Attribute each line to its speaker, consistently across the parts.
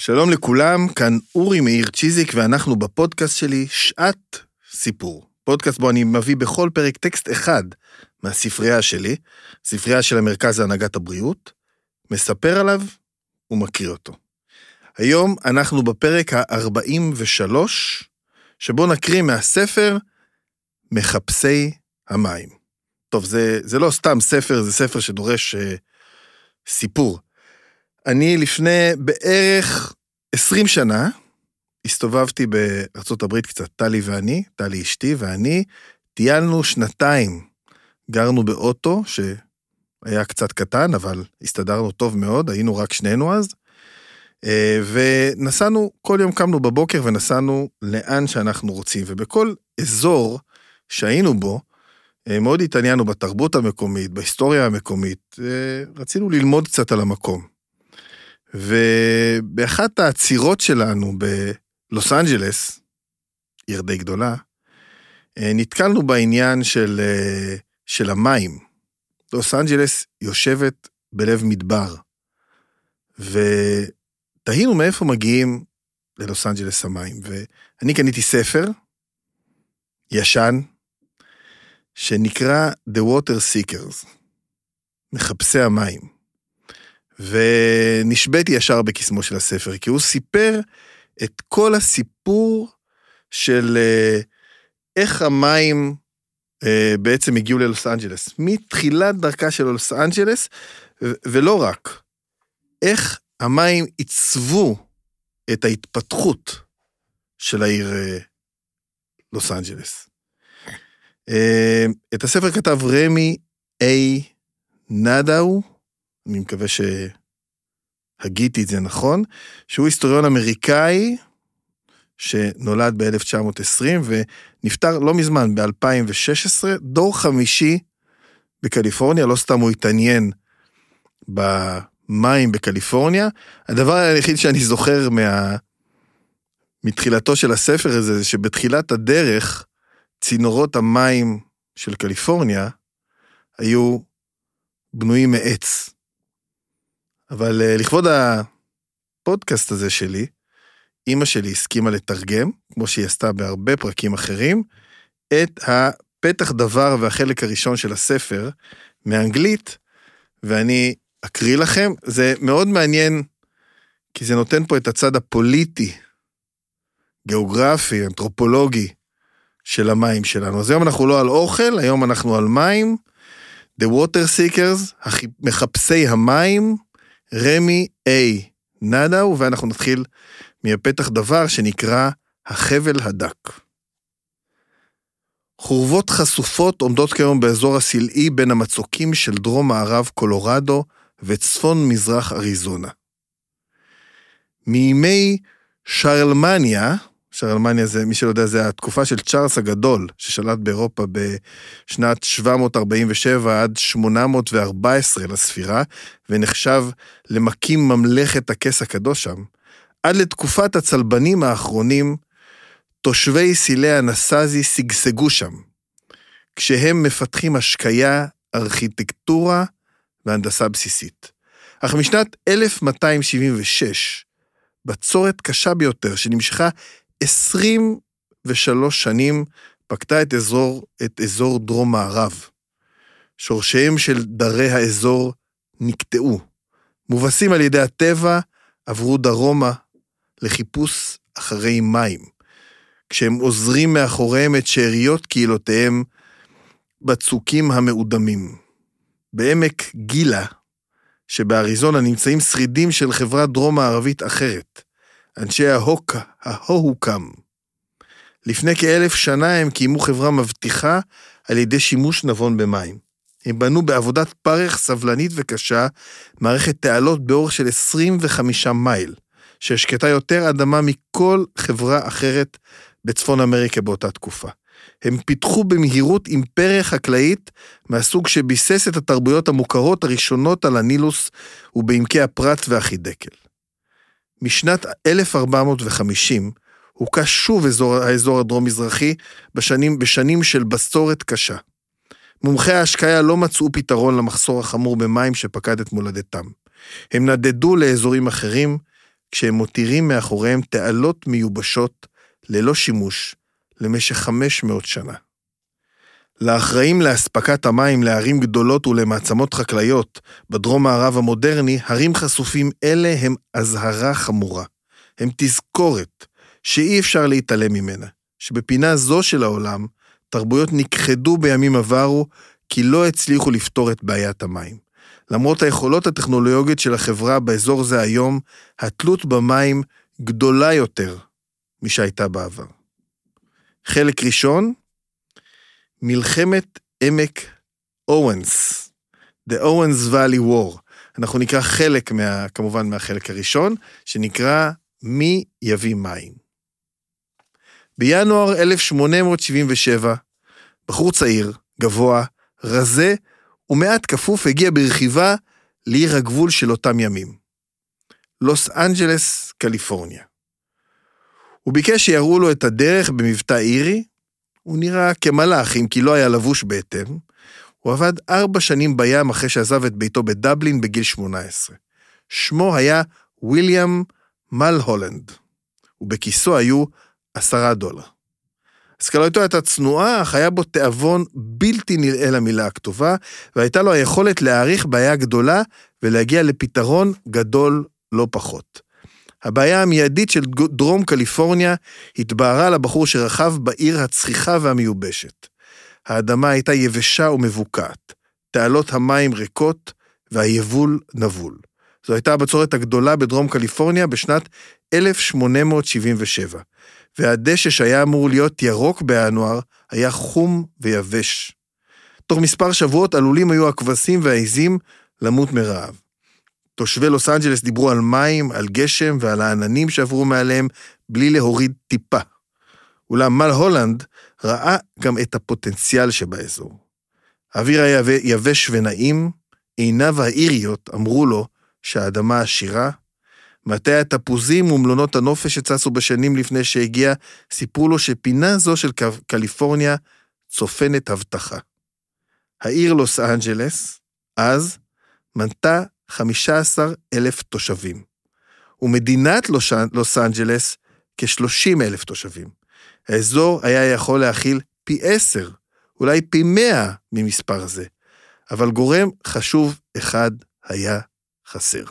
Speaker 1: שלום לכולם, כאן אורי מאיר צ'יזיק, ואנחנו בפודקאסט שלי שעת סיפור. פודקאסט בו אני מביא בכל פרק טקסט אחד מהספרייה שלי, ספרייה של המרכז להנהגת הבריאות, מספר עליו ומקריא אותו. היום אנחנו בפרק ה-43, שבו נקריא מהספר מחפשי המים. טוב, זה לא סתם ספר, זה ספר שדורש סיפור. אני לפני בערך 20 שנה, הסתובבתי בארצות הברית קצת, טלי אשתי ואני, טיילנו שנתיים, גרנו באוטו, שהיה קצת קטן, אבל הסתדרנו טוב מאוד, היינו רק שנינו אז, ונסענו, כל יום קמנו בבוקר ונסענו לאן שאנחנו רוצים, ובכל אזור שהיינו בו, מאוד התעניינו בתרבות המקומית, בהיסטוריה המקומית, רצינו ללמוד קצת על המקום. ובאחת העצירות שלנו בלוס אנג'לס, עיר די גדולה, נתקלנו בעניין של המים. לוס אנג'לס יושבת בלב מדבר, ותהינו מאיפה מגיעים ללוס אנג'לס המים. ואני קניתי ספר ישן, שנקרא The Water Seekers, מחפשי המים. ונשבתי ישר בקסמו של הספר, כי הוא סיפר את כל הסיפור של איך המים בעצם הגיעו ללוס אנג'לס, מתחילת דרכה של לוס אנג'לס, ולא רק, איך המים עיצבו את ההתפתחות של העיר לוס אנג'לס. את הספר כתב רמי איי נדאו, אני מקווה שהגיתי את זה נכון, שהוא היסטוריון אמריקאי, שנולד ב-1920, ונפטר לא מזמן, ב-2016, דור חמישי בקליפורניה, לא סתם הוא התעניין במים בקליפורניה. הדבר היחיד שאני זוכר מתחילתו של הספר הזה, זה שבתחילת הדרך, צינורות המים של קליפורניה, היו בנויים מעץ. אבל לכבוד הפודקאסט הזה שלי, אמא שלי הסכימה לתרגם, כמו שהיא עשתה בהרבה פרקים אחרים, את הפתח דבר והחלק הראשון של הספר מאנגלית, ואני אקריא לכם. זה מאוד מעניין, כי זה נותן פה את הצד הפוליטי, גיאוגרפי, אנתרופולוגי, של המים שלנו. אז היום אנחנו לא על אוכל, היום אנחנו על מים. The Water Seekers, מחפשי המים, רמי איי נדאו, ואנחנו נתחיל מהפתח דבר שנקרא החבל הדק. חורבות חשופות עומדות כיום באזור הסלעי בין המצוקים של דרום מערב קולורדו וצפון מזרח אריזונה. מימי שרלמניה זה, מי שלא יודע, זה התקופה של צ'ארלס הגדול, ששלט באירופה בשנת 747 עד 814 לספירה, ונחשב למקים ממלכת הכס הקדוש שם. עד לתקופת הצלבנים האחרונים, תושבי סילי הנסזי סגסגו שם, כשהם מפתחים השקיה, ארכיטקטורה והנדסה בסיסית. אך משנת 1276, בצורת קשה ביותר, שנמשכה 23 שנים, פקדה את אזור דרום מערב. שורשיהם של דרי האזור נקטעו. מובסים על ידי הטבע, עברו דרומה לחיפוש אחרי מים, כשהם עוזרים מאחוריהם את שאריות קהילותיהם בצוקים המאודמים. בעמק גילה, שבאריזונה נמצאים שרידים של חברה דרום מערבית אחרת, אנשי ההוקם. לפני כ1000 שנה הם קיימו חברה מבטיחה על ידי שימוש נבון במים. הם בנו בעבודת פרך סבלנית וקשה, מערכת תעלות באורך של 25 מייל, שהשקטה יותר אדמה מכל חברה אחרת בצפון אמריקה באותה תקופה. הם פיתחו במהירות אימפריה חקלאית מהסוג שביסס את התרבויות המוכרות הראשונות על הנילוס ובעמקי הפרת והחידקל. משנת 1450 הוקע שוב האזור הדרום-מזרחי בשנים של בצורת קשה. מומחי ההשקיה לא מצאו פתרון למחסור החמור במים שפקד את מולדתם. הם נדדו לאזורים אחרים, כשהם מותירים מאחוריהם תעלות מיובשות ללא שימוש למשך 500 שנה. לאחראים להספקת המים לערים גדולות ולמעצמות חקלאיות בדרום מערב המודרני, הרים חשופים אלה הם אזהרה חמורה. הם תזכורת שאי אפשר להתעלם ממנה, שבפינה זו של העולם תרבויות נכחדו בימים עברו כי לא הצליחו לפתור את בעיית המים. למרות היכולות הטכנולוגיות של החברה באזור זה היום, התלות במים גדולה יותר משהייתה בעבר. חלק ראשון, מלחמת עמק אורנס, The Owens Valley War. אנחנו נקרא חלק כמובן מהחלק הראשון, שנקרא מי יביא מים. בינואר 1877, בחור צעיר, גבוה, רזה ומעט כפוף הגיע ברכיבה לעיר הגבול של אותם ימים. לוס אנג'לס, קליפורניה. הוא ביקש שיראו לו את הדרך במבטא אירי, הוא נראה כמלאך, אם כי לא היה לבוש בהתאם. הוא עבד 4 שנים בים אחרי שעזב את ביתו בדבלין בגיל 18. שמו היה ויליאם מלהולנד, ובכיסו היו $10. השכלתו הייתה צנועה, אך היה בו תאבון בלתי נראה למילה הכתובה, והייתה לו היכולת להעריך בעיה גדולה ולהגיע לפתרון גדול לא פחות. הבעיה המיידית של דרום קליפורניה התבהרה לבחור שרכב בעיר הצחיחה והמיובשת. האדמה הייתה יבשה ומבוקעת, תעלות המים ריקות והיבול נבול. זו הייתה הבצורת הגדולה בדרום קליפורניה בשנת 1877, והדשא שהיה אמור להיות ירוק בינואר היה חום ויבש. תוך מספר שבועות עלולים היו הכבשים והעיזים למות מרעב. תושבי לוס אנג'לס דיברו על מים, על גשם ועל העננים שעברו מעליהם בלי להוריד טיפה. אולם מלהולנד ראה גם את הפוטנציאל שבאזור. האוויר היה יבש ונעים, עיניו האיריות אמרו לו שהאדמה עשירה, מטעי התפוזים ומלונות הנופש שצצו בשנים לפני שהגיע, סיפרו לו שפינה זו של קליפורניה צופנת הבטחה. העיר לוס אנג'לס, אז, מנתה 15,000 תושבים, ומדינת לוס אנג'לס כ-30,000 תושבים. האזור היה יכול להכיל פי 10, אולי פי 100 ממספר זה, אבל גורם חשוב אחד היה חסר.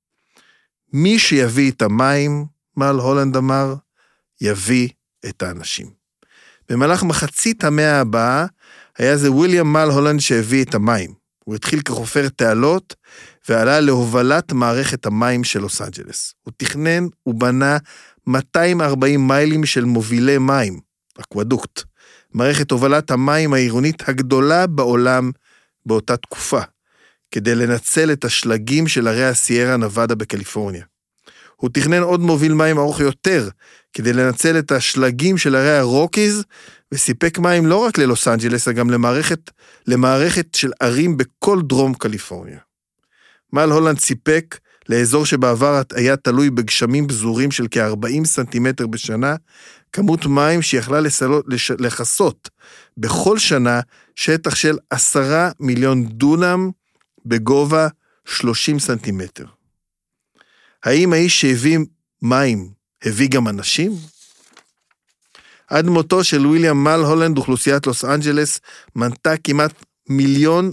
Speaker 1: מי שיביא את המים, מלהולנד אמר, יביא את האנשים. במהלך מחצית המאה הבאה, היה זה ויליאם מלהולנד שהביא את המים. הוא התחיל כחופר תעלות, ועלה להובלת מערכת המים של לוס אנג'לס. הוא תכנן ובנה 240 מיילים של מובילי מים, אקוודוקט, מערכת הובלת המים העירונית הגדולה בעולם באותה תקופה, כדי לנצל את השלגים של הרי הסיירה נבדה בקליפורניה. הוא תכנן עוד מוביל מים ארוך יותר, כדי לנצל את השלגים של הרי הרוקיז, וסיפק מים לא רק ללוס אנג'לס, אלא גם למערכת של ערים בכל דרום קליפורניה. מלהולנד סיפק לאזור שבעבר היה תלוי בגשמים בזורים של כ-40 סנטימטר בשנה, כמות מים שיכלה לחסות בכל שנה שטח של 10 מיליון דונם בגובה 30 סנטימטר. האם האיש שהביא מים הביא גם אנשים? עד מותו של ויליאם מלהולנד אוכלוסיית לוס אנג'לס מנתה כמעט 1.5 מיליון,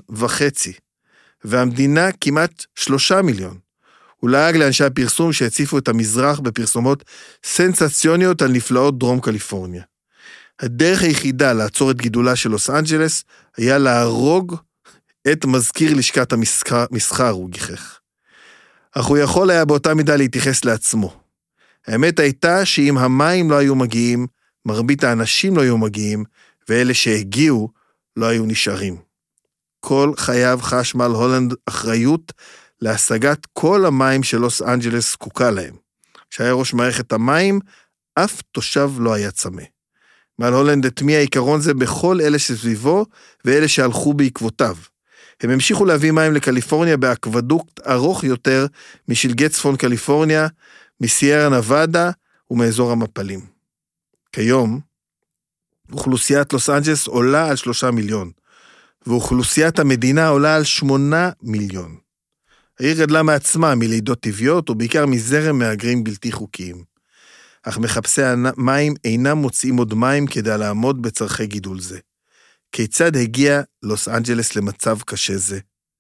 Speaker 1: והמדינה כמעט 3 מיליון. הוא לעג לאנשי הפרסום שהציפו את המזרח בפרסומות סנסציוניות על נפלאות דרום קליפורניה. הדרך היחידה לעצור את גידולה של לוס אנג'לס היה להרוג את מזכיר לשכת המסחר, הוא גיחך. אך הוא יכול היה באותה מידה להתייחס לעצמו. האמת הייתה שאם המים לא היו מגיעים, מרבית האנשים לא היו מגיעים, ואלה שהגיעו לא היו נשארים. כל חייו חש מלהולנד אחריות להשגת כל המים של לוס אנג'לס זקוקה להם. כשהיה ראש מערכת המים, אף תושב לא היה צמא. מלהולנד הטמיע עיקרון זה בכל אלה שסביבו, ואלה שהלכו בעקבותיו. הם המשיכו להביא מים לקליפורניה באקוודוקט ארוך יותר משלגי צפון קליפורניה, מסיירה נבדה ומאזור המפלים. כיום, אוכלוסיית לוס אנג'לס עולה על 3 מיליון, ואוכלוסיית המדינה עולה על 8 מיליון. העיר גדלה מעצמה, מלידות טבעיות, ובעיקר מזרם מהגרים בלתי חוקיים. אך מחפשי המים אינם מוצאים עוד מים כדי לעמוד בצרכי גידול זה. כיצד הגיע לוס אנג'לס למצב קשה זה?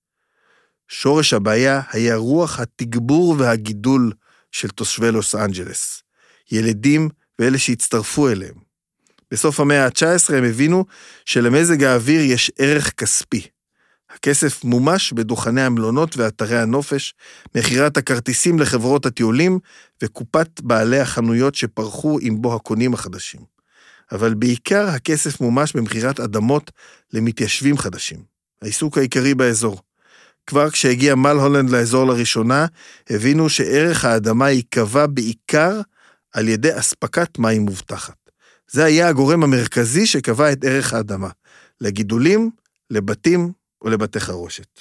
Speaker 1: שורש הבעיה היה רוח התגבור והגידול של תושבי לוס אנג'לס, ילדים ואלה שהצטרפו אליהם. בסוף המאה ה-19 הם הבינו שלמזג האוויר יש ערך כספי. הכסף מומש בדוכני המלונות ואתרי הנופש, מחירת הכרטיסים לחברות הטיולים וקופת בעלי החנויות שפרחו עם בו הקונים החדשים. אבל בעיקר הכסף מומש במחירת אדמות למתיישבים חדשים, העיסוק העיקרי באזור. כבר כשהגיע מלהולנד לאזור לראשונה, הבינו שערך האדמה ייקבע בעיקר על ידי אספקת מים מובטחת. זה היה הגורם המרכזי שקבע את ערך האדמה, לגידולים, לבתים ולבתי חרושת.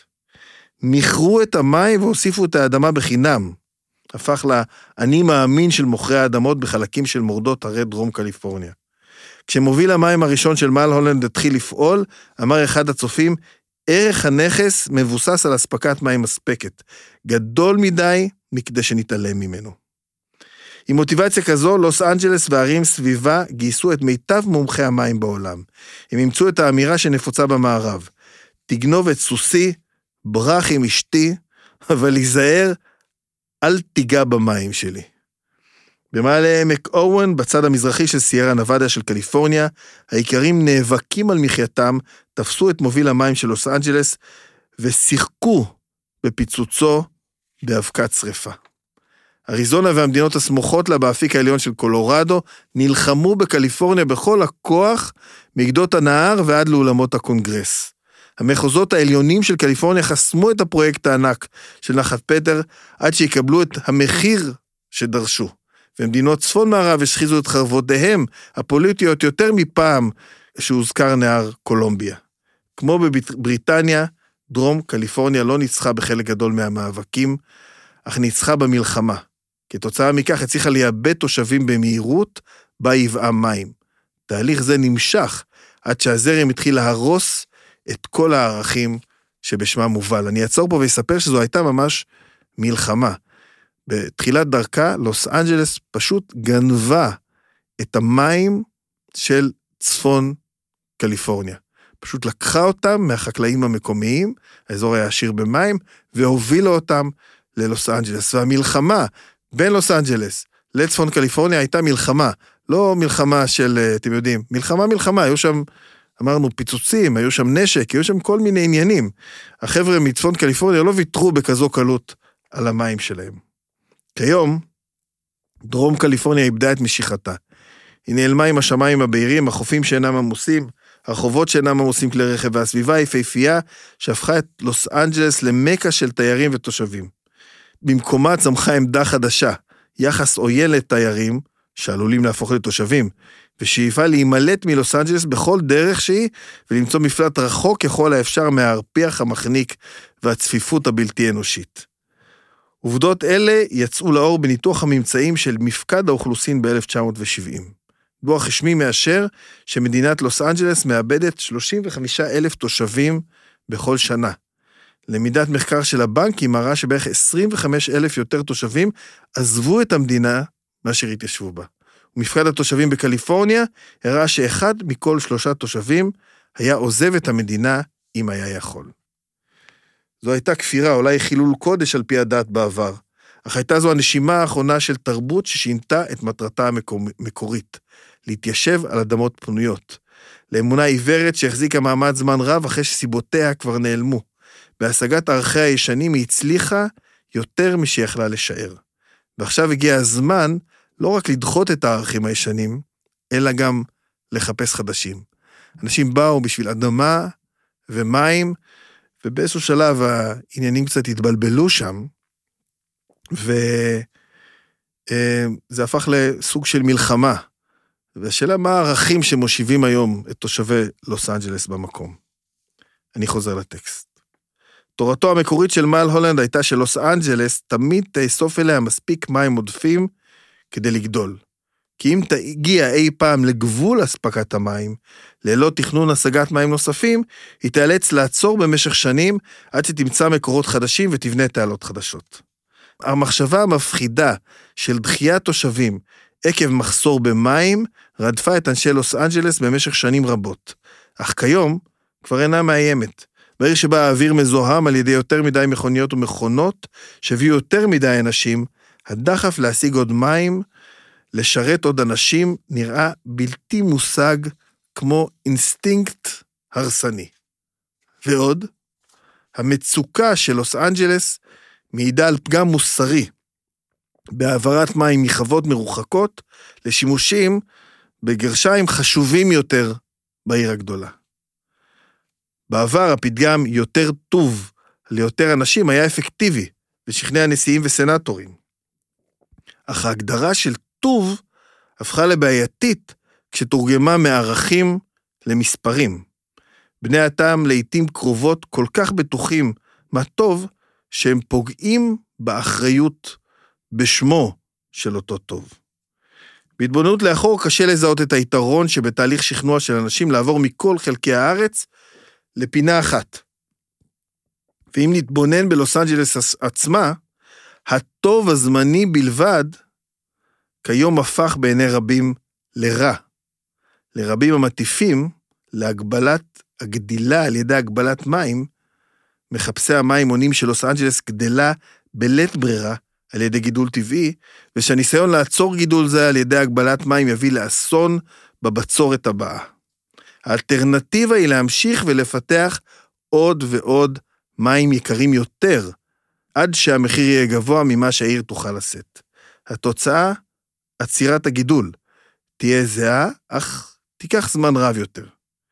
Speaker 1: מכרו את המים והוסיפו את האדמה בחינם. הפך לאני מאמין של מוכרי האדמות בחלקים של מורדות הרי דרום קליפורניה. כשמוביל המים הראשון של מלהולנד התחיל לפעול, אמר אחד הצופים, ערך הנכס מבוסס על אספקת מים מספקת, גדול מדי מכדי שנתעלם ממנו. עם מוטיבציה כזו, לוס אנג'לס והערים סביבה גייסו את מיטב מומחי המים בעולם. הם אימצו את האמירה שנפוצה במערב, תגנוב את סוסי, ברח עם אשתי, אבל להיזהר, אל תיגע במים שלי. במעלה עמק אורן, בצד המזרחי של סיירה נבדה של קליפורניה, העיקרים נאבקים על מחייתם, תפסו את מוביל המים של לוס אנג'לס, ושיחקו בפיצוצו באבקת שריפה. אריזונה והמדינות הסמוכות לה באפיק העליון של קולורדו, נלחמו בקליפורניה בכל הכוח, מגדות הנהר ועד לאולמות הקונגרס. המחוזות העליונים של קליפורניה חסמו את הפרויקט הענק של נחת פטר, עד שיקבלו את המחיר שדרשו. ומדינות צפון מערב השחיזו את חרבותיהם הפוליטיות יותר מפעם שהוזכר נהר קולומביה. כמו בבריטניה, דרום קליפורניה לא ניצחה בחלק גדול מהמאבקים, אך ניצחה במלחמה. כתוצאה מכך הצליחה לייבא תושבים במהירות, בה יבעם מים. תהליך זה נמשך עד שהזרם התחיל להרוס את כל הערכים שבשמה מובל. אני אעצור פה ויספר שזו הייתה ממש מלחמה. בתחילת דרכה, לוס אנג'לס פשוט גנבה את המים של צפון קליפורניה. פשוט לקחה אותם מהחקלאים המקומיים, האזור היה עשיר במים, והובילה אותם ללוס אנג'לס. והמלחמה בין לוס אנג'לס לצפון קליפורניה הייתה מלחמה, לא מלחמה של, אתם יודעים, מלחמה, היו שם, אמרנו, פיצוצים, היו שם נשק, היו שם כל מיני עניינים. החבר'ה מצפון קליפורניה לא ויתרו בכזו קלות על המים שלהם. כיום, דרום קליפורניה איבדה את משיכתה. היא נעלמה עם השמיים הבהירים, החופים שאינם עמוסים, הרחובות שאינם עמוסים כלי רכב, והסביבה היפהפייה שהפכה את לוס אנג'לס למקה של תיירים ותושבים. במקומה צמחה עמדה חדשה, יחס עוין לתיירים שעלולים להפוך לתושבים, ושאיפה להימלט מלוס אנג'לס בכל דרך שהיא, ולמצוא מפלט רחוק ככל האפשר מההרפיח המחניק והצפיפות הבלתי אנושית. עובדות אלה יצאו לאור בניתוח הממצאים של מפקד האוכלוסין ב-1970. דוח רשמי מאשר שמדינת לוס אנג'לס מאבדת 35,000 תושבים בכל שנה. למידת מחקר של הבנקים מראה שבערך 25,000 יותר תושבים עזבו את המדינה מאשר התיישבו בה. ומפקד התושבים בקליפורניה הראה שאחד מכל 3 תושבים היה עוזב את המדינה אם היה יכול. זו הייתה כפירה, אולי חילול קודש על פי הדת בעבר, אך הייתה זו הנשימה האחרונה של תרבות ששינתה את מטרתה המקורית, להתיישב על אדמות פנויות, לאמונה עיוורת שהחזיקה מעמד זמן רב אחרי שסיבותיה כבר נעלמו. בהשגת ערכי הישנים היא הצליחה יותר משיכלה לשער. ועכשיו הגיע הזמן לא רק לדחות את הערכים הישנים, אלא גם לחפש חדשים. אנשים באו בשביל אדמה ומים, ובאיזשהו שלב העניינים קצת התבלבלו שם, וזה הפך לסוג של מלחמה. והשאלה מה הערכים שמושיבים היום את תושבי לוס אנג'לס במקום. אני חוזר לטקסט. תורתו המקורית של מלהולנד הייתה שלוס אנג'לס תמיד תאסוף אליה מספיק מים עודפים כדי לגדול. כי אם תגיע אי פעם לגבול אספקת המים, ללא תכנון השגת מים נוספים, היא תיאלץ לעצור במשך שנים, עד שתמצא מקורות חדשים ותבנה תעלות חדשות. המחשבה המפחידה של דחיית תושבים עקב מחסור במים, רדפה את אנשי לוס אנג'לס במשך שנים רבות. אך כיום כבר אינה מאיימת. בעיר שבה האוויר מזוהם על ידי יותר מדי מכוניות ומכונות, שהביאו יותר מדי אנשים, הדחף להשיג עוד מים, לשרת עוד אנשים, נראה בלתי מושג כמו אינסטינקט הרסני. ועוד, המצוקה של לוס אנג'לס מעידה על פגם מוסרי, בהעברת מים מחוות מרוחקות לשימושים בגרשיים חשובים יותר בעיר הגדולה. בעבר הפתגם יותר טוב ליותר אנשים היה אפקטיבי, ושכנע נשיאים וסנטורים. אך ההגדרה של טוב הפכה לבעייתית כשתורגמה מערכים למספרים. בני אדם לעתים קרובות כל כך בטוחים מה טוב, שהם פוגעים באחריות בשמו של אותו טוב. בהתבוננות לאחור קשה לזהות את היתרון שבתהליך שכנוע של אנשים לעבור מכל חלקי הארץ לפינה אחת. ואם נתבונן בלוס אנג'לס עצמה, הטוב הזמני בלבד כיום הפך בעיני רבים לרע. לרבים המטיפים להגבלת הגדילה על ידי הגבלת מים, מחפשי המים עונים של לוס אנג'לס גדלה בלית ברירה על ידי גידול טבעי, ושהניסיון לעצור גידול זה על ידי הגבלת מים יביא לאסון בבצורת הבאה. האלטרנטיבה היא להמשיך ולפתח עוד ועוד מים יקרים יותר, עד שהמחיר יהיה גבוה ממה שהעיר תוכל לשאת. התוצאה, עצירת הגידול, תהיה זהה, אך תיקח זמן רב יותר.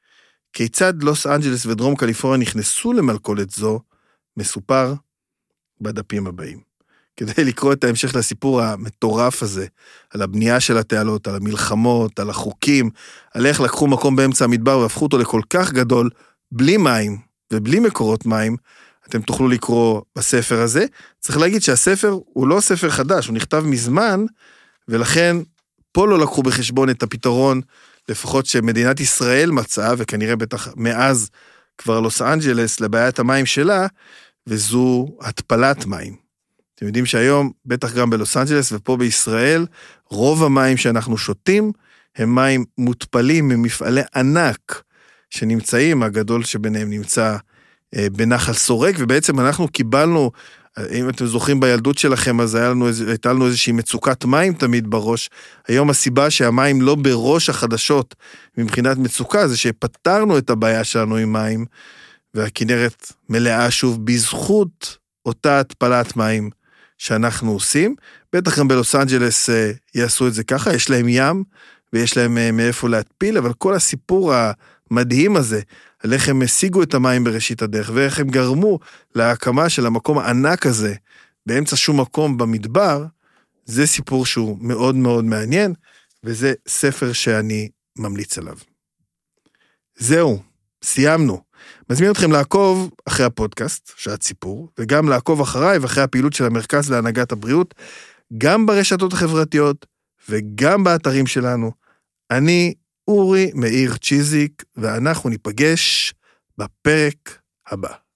Speaker 1: כיצד לוס אנג'לס ודרום קליפורניה נכנסו למלכודת זו, מסופר בדפים הבאים. כדי לקרוא את ההמשך לסיפור המטורף הזה, על הבנייה של התעלות, על המלחמות, על החוקים, על איך לקחו מקום באמצע המדבר והפכו אותו לכל כך גדול, בלי מים ובלי מקורות מים, אתם תוכלו לקרוא בספר הזה. צריך להגיד שהספר הוא לא ספר חדש, הוא נכתב מזמן, ולכן פה לא לקחו בחשבון את הפתרון, לפחות שמדינת ישראל מצאה, וכנראה בטח מאז כבר לוס אנג'לס לבעיית המים שלה, וזו התפלת מים. אתם יודעים שהיום, בטח גם בלוס אנג'לס ופה בישראל, רוב המים שאנחנו שותים, הם מים מותפלים ממפעלי ענק, שנמצאים, הגדול שביניהם נמצא בנחל סורק, ובעצם אנחנו קיבלנו, אם אתם זוכרים בילדות שלכם, אז הייתה לנו איזושהי מצוקת מים תמיד בראש. היום הסיבה שהמים לא בראש החדשות מבחינת מצוקה, זה שפתרנו את הבעיה שלנו עם מים, והכנרת מלאה שוב בזכות אותה התפלת מים שאנחנו עושים. בטח גם בלוס אנג'לס יעשו את זה ככה, יש להם ים ויש להם מאיפה להתפיל, אבל כל הסיפור המדהים הזה, על איך הם השיגו את המים בראשית הדרך, ואיך הם גרמו להקמה של המקום הענק הזה, באמצע שום מקום במדבר, זה סיפור שהוא מאוד מאוד מעניין, וזה ספר שאני ממליץ עליו. זהו, סיימנו. מזמין אתכם לעקוב אחרי הפודקאסט, שעת סיפור, וגם לעקוב אחריי ואחרי הפעילות של המרכז להנהגת הבריאות, גם ברשתות החברתיות וגם באתרים שלנו. אני אורי מאיר צ'יזיק, ואנחנו ניפגש בפרק הבא.